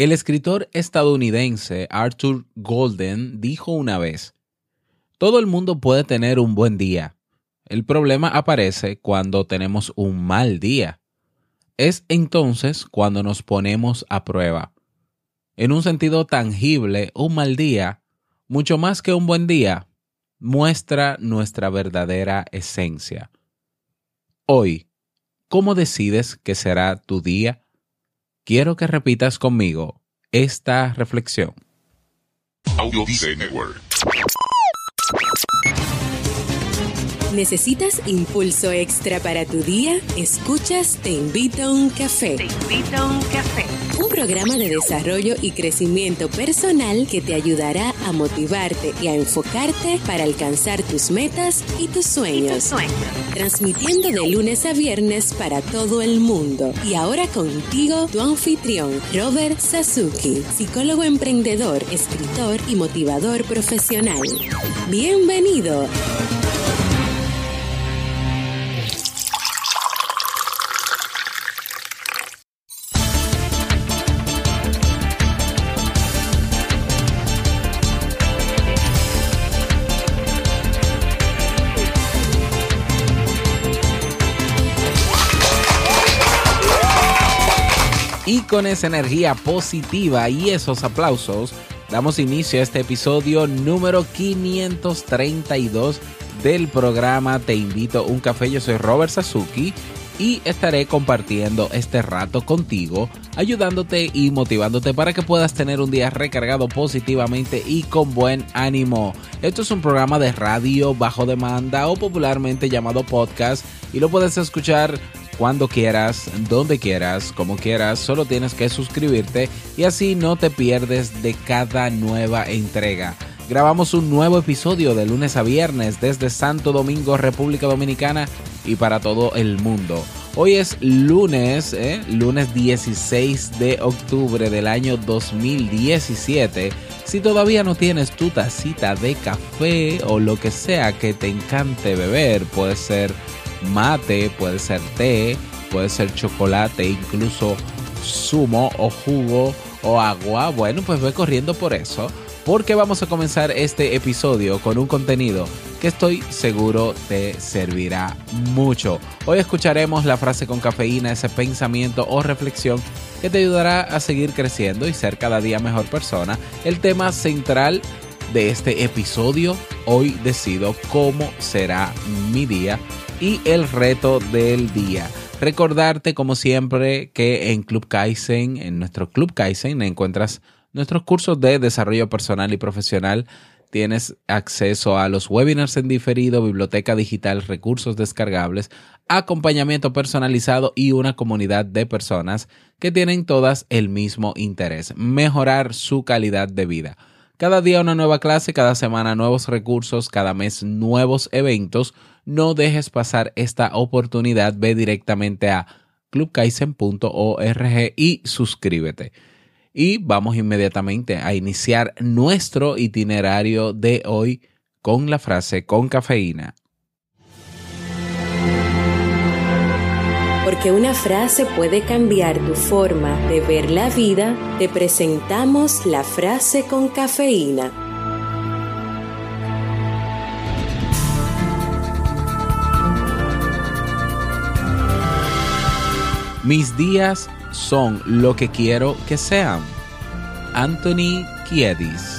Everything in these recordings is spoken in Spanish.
El escritor estadounidense Arthur Golden dijo una vez: todo el mundo puede tener un buen día. El problema aparece cuando tenemos un mal día. Es entonces cuando nos ponemos a prueba. En un sentido tangible, un mal día, mucho más que un buen día, muestra nuestra verdadera esencia. Hoy, ¿cómo decides que será tu día? Quiero que repitas conmigo esta reflexión. Audio Dice Network. ¿Necesitas impulso extra para tu día? Escuchas Te Invito a un Café. Te Invito a un Café. Un programa de desarrollo y crecimiento personal que te ayudará a motivarte y a enfocarte para alcanzar tus metas y tus sueños. Transmitiendo de lunes a viernes para todo el mundo. Y ahora contigo, tu anfitrión, Robert Sasuki, psicólogo emprendedor, escritor y motivador profesional. ¡Bienvenido! Y con esa energía positiva y esos aplausos, damos inicio a este episodio número 532 del programa Te Invito a un Café. Yo soy Robert Sasuki y estaré compartiendo este rato contigo, ayudándote y motivándote para que puedas tener un día recargado positivamente y con buen ánimo. Esto es un programa de radio bajo demanda o popularmente llamado podcast y lo puedes escuchar cuando quieras, donde quieras, como quieras. Solo tienes que suscribirte y así no te pierdes de cada nueva entrega. Grabamos un nuevo episodio de lunes a viernes desde Santo Domingo, República Dominicana y para todo el mundo. Hoy es lunes 16 de octubre del año 2017. Si todavía no tienes tu tacita de café o lo que sea que te encante beber, puede ser mate, puede ser té, puede ser chocolate, incluso zumo o jugo o agua. Bueno, pues ve corriendo por eso, porque vamos a comenzar este episodio con un contenido que estoy seguro te servirá mucho. Hoy escucharemos la frase con cafeína, ese pensamiento o reflexión que te ayudará a seguir creciendo y ser cada día mejor persona. El tema central de este episodio: hoy decido cómo será mi día. Y el reto del día. Recordarte, como siempre, que en Club Kaizen, en nuestro Club Kaizen, encuentras nuestros cursos de desarrollo personal y profesional. Tienes acceso a los webinars en diferido, biblioteca digital, recursos descargables, acompañamiento personalizado y una comunidad de personas que tienen todas el mismo interés: mejorar su calidad de vida. Cada día una nueva clase, cada semana nuevos recursos, cada mes nuevos eventos. No dejes pasar esta oportunidad. Ve directamente a clubkaizen.org y suscríbete. Y vamos inmediatamente a iniciar nuestro itinerario de hoy con la frase con cafeína. Porque una frase puede cambiar tu forma de ver la vida, te presentamos la frase con cafeína. Mis días son lo que quiero que sean. Anthony Kiedis.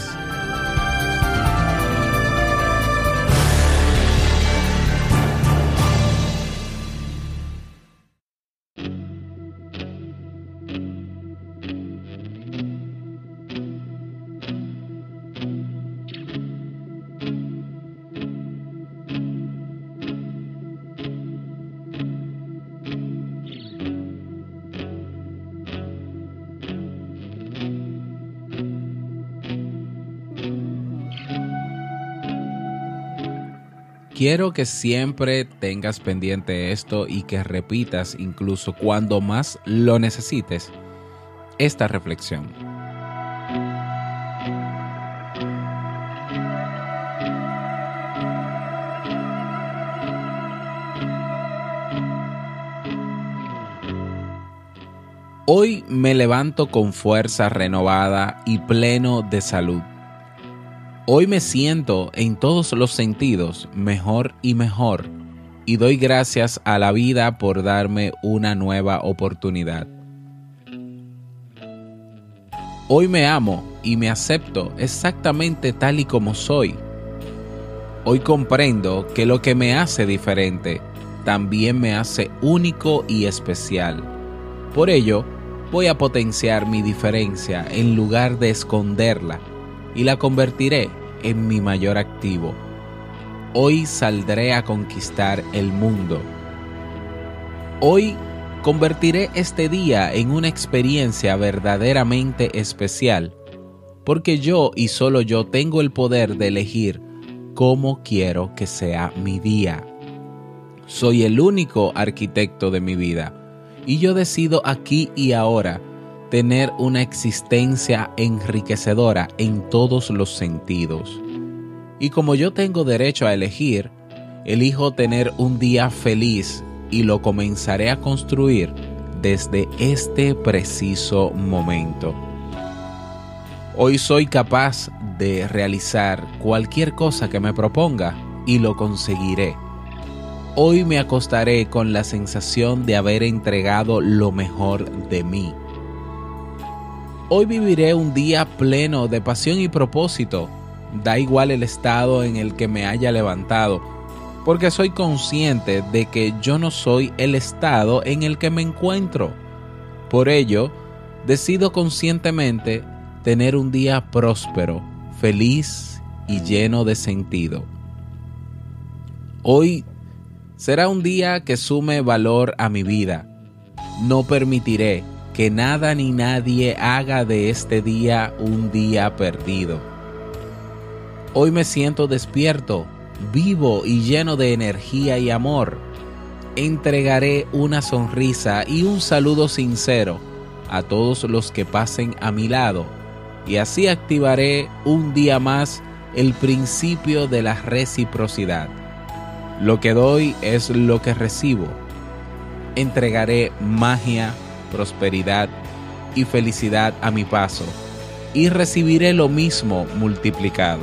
Quiero que siempre tengas pendiente esto y que repitas, incluso cuando más lo necesites, esta reflexión. Hoy me levanto con fuerza renovada y pleno de salud. Hoy me siento en todos los sentidos mejor y mejor y doy gracias a la vida por darme una nueva oportunidad. Hoy me amo y me acepto exactamente tal y como soy. Hoy comprendo que lo que me hace diferente también me hace único y especial. Por ello, voy a potenciar mi diferencia en lugar de esconderla y la convertiré en mi mayor activo. Hoy saldré a conquistar el mundo. Hoy convertiré este día en una experiencia verdaderamente especial, porque yo y solo yo tengo el poder de elegir cómo quiero que sea mi día. Soy el único arquitecto de mi vida y yo decido aquí y ahora tener una existencia enriquecedora en todos los sentidos. Y como yo tengo derecho a elegir, elijo tener un día feliz y lo comenzaré a construir desde este preciso momento. Hoy soy capaz de realizar cualquier cosa que me proponga y lo conseguiré. Hoy me acostaré con la sensación de haber entregado lo mejor de mí. Hoy viviré un día pleno de pasión y propósito. Da igual el estado en el que me haya levantado, porque soy consciente de que yo no soy el estado en el que me encuentro. Por ello, decido conscientemente tener un día próspero, feliz y lleno de sentido. Hoy será un día que sume valor a mi vida. No permitiré que nada ni nadie haga de este día un día perdido. Hoy me siento despierto, vivo y lleno de energía y amor. Entregaré una sonrisa y un saludo sincero a todos los que pasen a mi lado, y así activaré un día más el principio de la reciprocidad. Lo que doy es lo que recibo. Entregaré magia, prosperidad y felicidad a mi paso, y recibiré lo mismo multiplicado.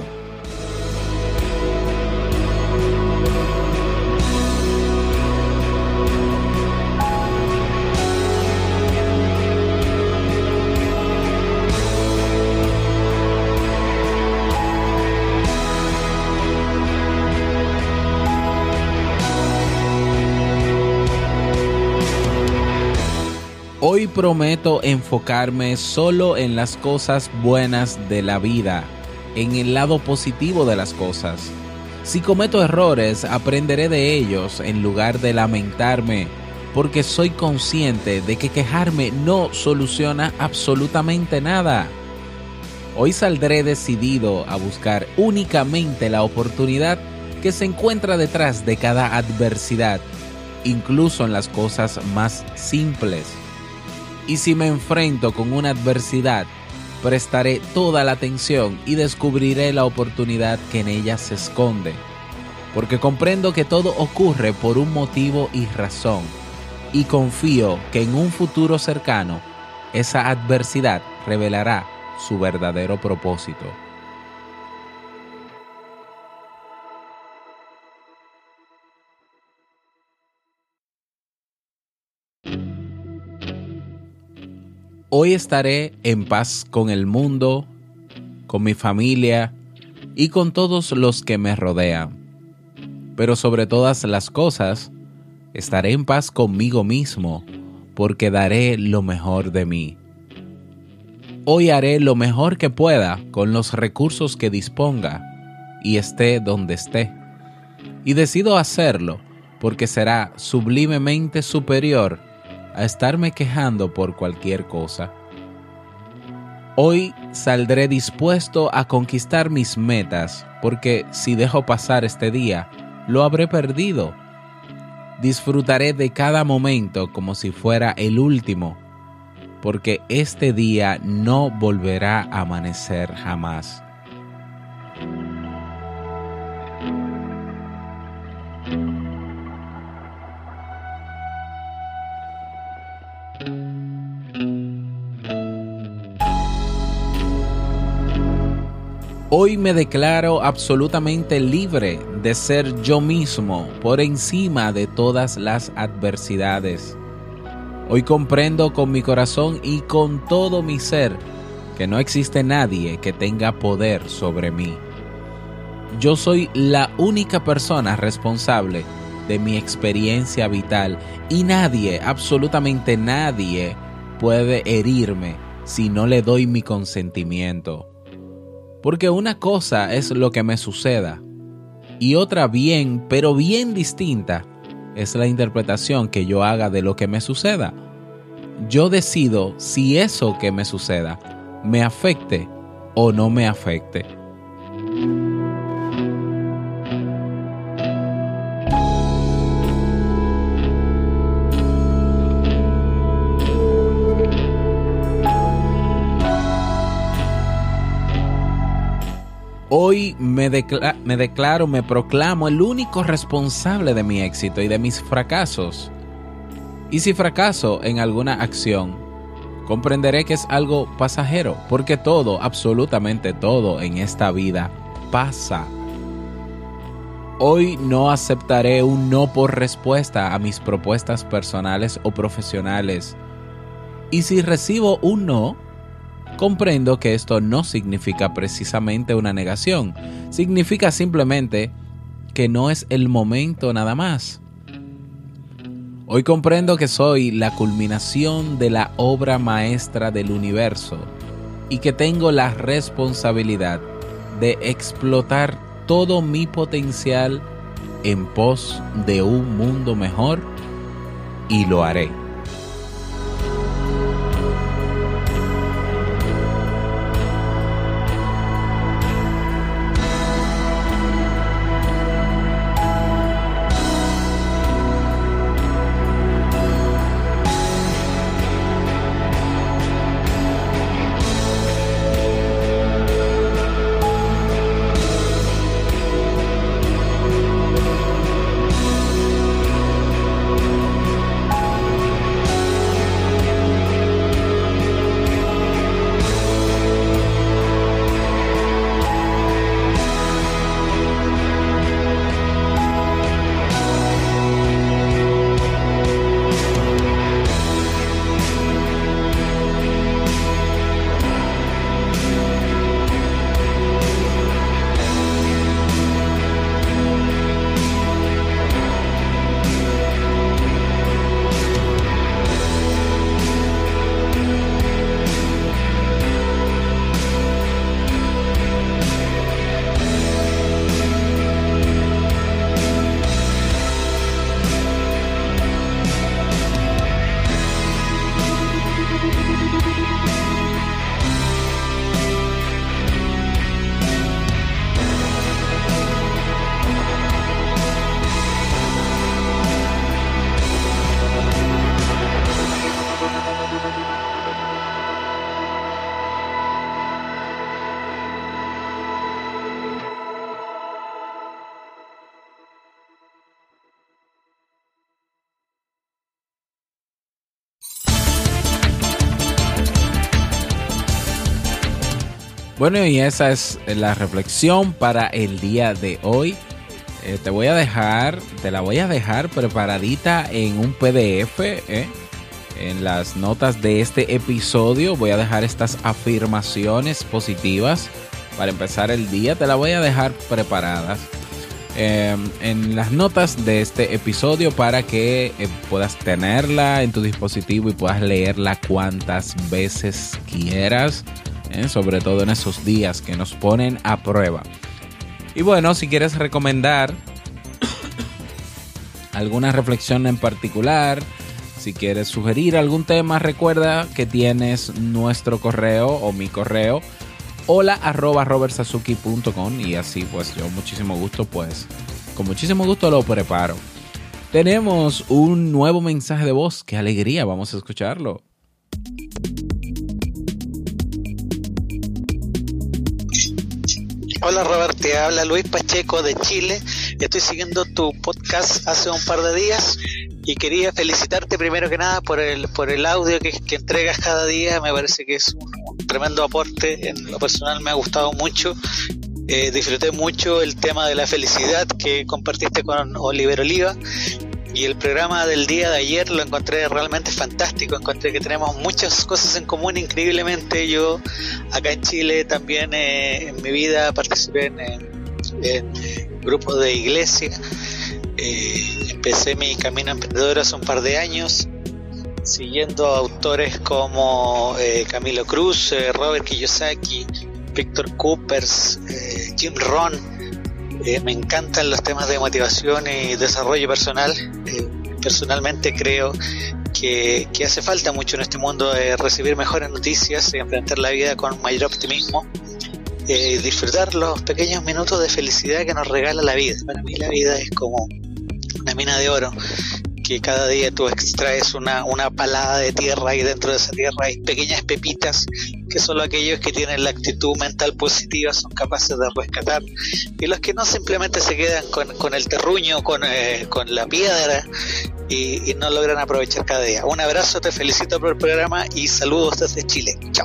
Hoy prometo enfocarme solo en las cosas buenas de la vida, en el lado positivo de las cosas. Si cometo errores, aprenderé de ellos en lugar de lamentarme, porque soy consciente de que quejarme no soluciona absolutamente nada. Hoy saldré decidido a buscar únicamente la oportunidad que se encuentra detrás de cada adversidad, incluso en las cosas más simples. Y si me enfrento con una adversidad, prestaré toda la atención y descubriré la oportunidad que en ella se esconde. Porque comprendo que todo ocurre por un motivo y razón, y confío que en un futuro cercano, esa adversidad revelará su verdadero propósito. Hoy estaré en paz con el mundo, con mi familia y con todos los que me rodean. Pero sobre todas las cosas, estaré en paz conmigo mismo, porque daré lo mejor de mí. Hoy haré lo mejor que pueda con los recursos que disponga y esté donde esté. Y decido hacerlo porque será sublimemente superior a estarme quejando por cualquier cosa. Hoy saldré dispuesto a conquistar mis metas, porque si dejo pasar este día, lo habré perdido. Disfrutaré de cada momento como si fuera el último, porque este día no volverá a amanecer jamás. Hoy me declaro absolutamente libre de ser yo mismo por encima de todas las adversidades. Hoy comprendo con mi corazón y con todo mi ser que no existe nadie que tenga poder sobre mí. Yo soy la única persona responsable de mi experiencia vital y nadie, absolutamente nadie, puede herirme si no le doy mi consentimiento. Porque una cosa es lo que me suceda y otra bien, pero bien distinta, es la interpretación que yo haga de lo que me suceda. Yo decido si eso que me suceda me afecte o no me afecte. Hoy me proclamo el único responsable de mi éxito y de mis fracasos. Y si fracaso en alguna acción, comprenderé que es algo pasajero, porque todo, absolutamente todo en esta vida pasa. Hoy no aceptaré un no por respuesta a mis propuestas personales o profesionales. Y si recibo un no, comprendo que esto no significa precisamente una negación. Significa simplemente que no es el momento nada más. Hoy comprendo que soy la culminación de la obra maestra del universo y que tengo la responsabilidad de explotar todo mi potencial en pos de un mundo mejor, y lo haré. Bueno, y esa es la reflexión para el día de hoy. Te la voy a dejar preparadita en un PDF. En las notas de este episodio voy a dejar estas afirmaciones positivas para empezar el día. Te la voy a dejar preparadas en las notas de este episodio para que puedas tenerla en tu dispositivo y puedas leerla cuantas veces quieras. Sobre todo en esos días que nos ponen a prueba. Y bueno, si quieres recomendar alguna reflexión en particular, si quieres sugerir algún tema, recuerda que tienes nuestro correo o mi correo, hola@robertsazuki.com, y así pues yo con muchísimo gusto lo preparo. Tenemos un nuevo mensaje de voz. ¡Qué alegría! Vamos a escucharlo. Hola Robert, te habla Luis Pacheco de Chile. Estoy siguiendo tu podcast hace un par de días y quería felicitarte primero que nada por el audio que entregas cada día. Me parece que es un tremendo aporte. En lo personal me ha gustado mucho Disfruté mucho el tema de la felicidad que compartiste con Oliver Oliva, y el programa del día de ayer lo encontré realmente fantástico. Encontré que tenemos muchas cosas en común increíblemente. Yo acá en Chile también en mi vida participé en grupos de iglesia. Empecé mi camino emprendedor hace un par de años, siguiendo autores como Camilo Cruz, Robert Kiyosaki, Víctor Coopers, Jim Rohn. Me encantan los temas de motivación y desarrollo personal. Personalmente creo que hace falta mucho en este mundo recibir mejores noticias y enfrentar la vida con mayor optimismo. Disfrutar los pequeños minutos de felicidad que nos regala la vida. Para mí la vida es como una mina de oro, que cada día tú extraes una palada de tierra, y dentro de esa tierra hay pequeñas pepitas que solo aquellos que tienen la actitud mental positiva son capaces de rescatar, y los que no simplemente se quedan con el terruño, con la piedra, y no logran aprovechar cada día. Un abrazo, te felicito por el programa y saludos desde Chile. Chao.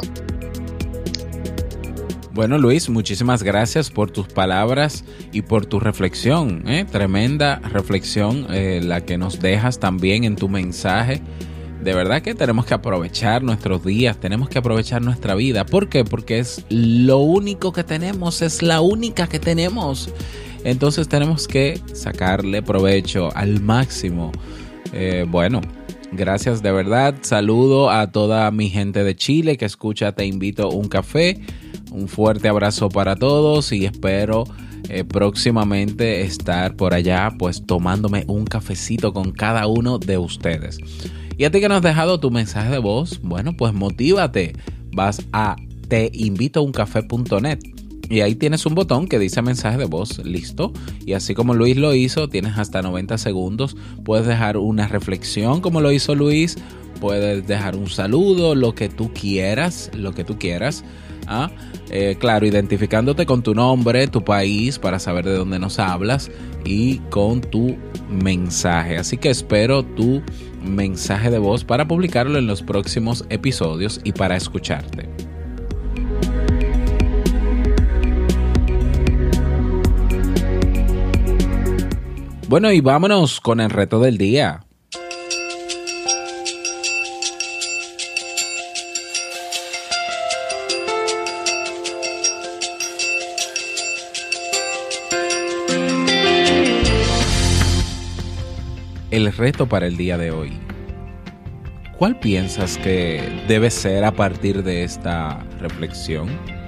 Bueno, Luis, muchísimas gracias por tus palabras y por tu reflexión, tremenda reflexión la que nos dejas también en tu mensaje. De verdad que tenemos que aprovechar nuestros días, tenemos que aprovechar nuestra vida. ¿Por qué? Porque es lo único que tenemos, es la única que tenemos. Entonces tenemos que sacarle provecho al máximo. Bueno, gracias de verdad. Saludo a toda mi gente de Chile que escucha Te Invito a un Café. Un fuerte abrazo para todos y espero próximamente estar por allá pues tomándome un cafecito con cada uno de ustedes. Y a ti que nos has dejado tu mensaje de voz, bueno, pues motívate. Vas a teinvitouncafé.net y ahí tienes un botón que dice mensaje de voz, listo. Y así como Luis lo hizo, tienes hasta 90 segundos. Puedes dejar una reflexión como lo hizo Luis. Puedes dejar un saludo, lo que tú quieras. Claro, identificándote con tu nombre, tu país, para saber de dónde nos hablas y con tu mensaje. Así que espero tu mensaje de voz para publicarlo en los próximos episodios y para escucharte. Bueno, y vámonos con el reto del día. El reto para el día de hoy. ¿Cuál piensas que debe ser a partir de esta reflexión?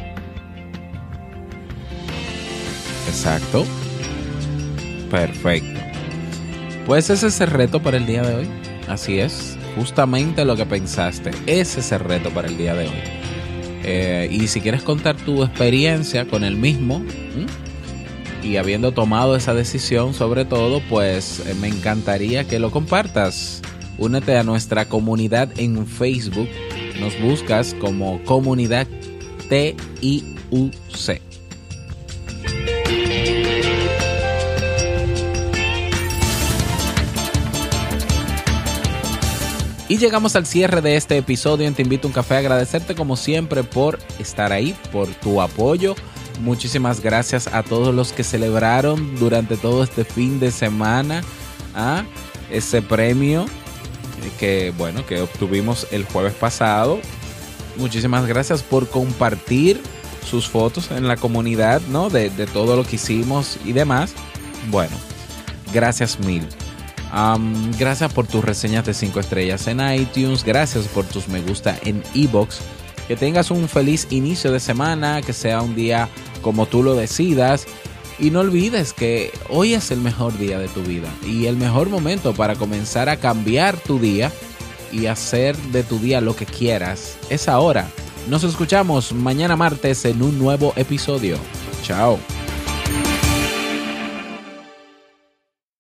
Exacto. Perfecto. Pues ese es el reto para el día de hoy. Así es, justamente lo que pensaste. Ese es el reto para el día de hoy. Y si quieres contar tu experiencia con el mismo, y habiendo tomado esa decisión, sobre todo, pues me encantaría que lo compartas. Únete a nuestra comunidad en Facebook. Nos buscas como Comunidad TIUC. Y llegamos al cierre de este episodio en Te Invito a un Café. Agradecerte como siempre por estar ahí, por tu apoyo. Muchísimas gracias a todos los que celebraron durante todo este fin de semana ese premio que obtuvimos el jueves pasado. Muchísimas gracias por compartir sus fotos en la comunidad, ¿no? De todo lo que hicimos y demás. Bueno, gracias mil. Gracias por tus reseñas de 5 estrellas en iTunes. Gracias por tus me gusta en iVoox. Que tengas un feliz inicio de semana, que sea un día como tú lo decidas. Y no olvides que hoy es el mejor día de tu vida y el mejor momento para comenzar a cambiar tu día y hacer de tu día lo que quieras. Es ahora. Nos escuchamos mañana martes en un nuevo episodio. Chao.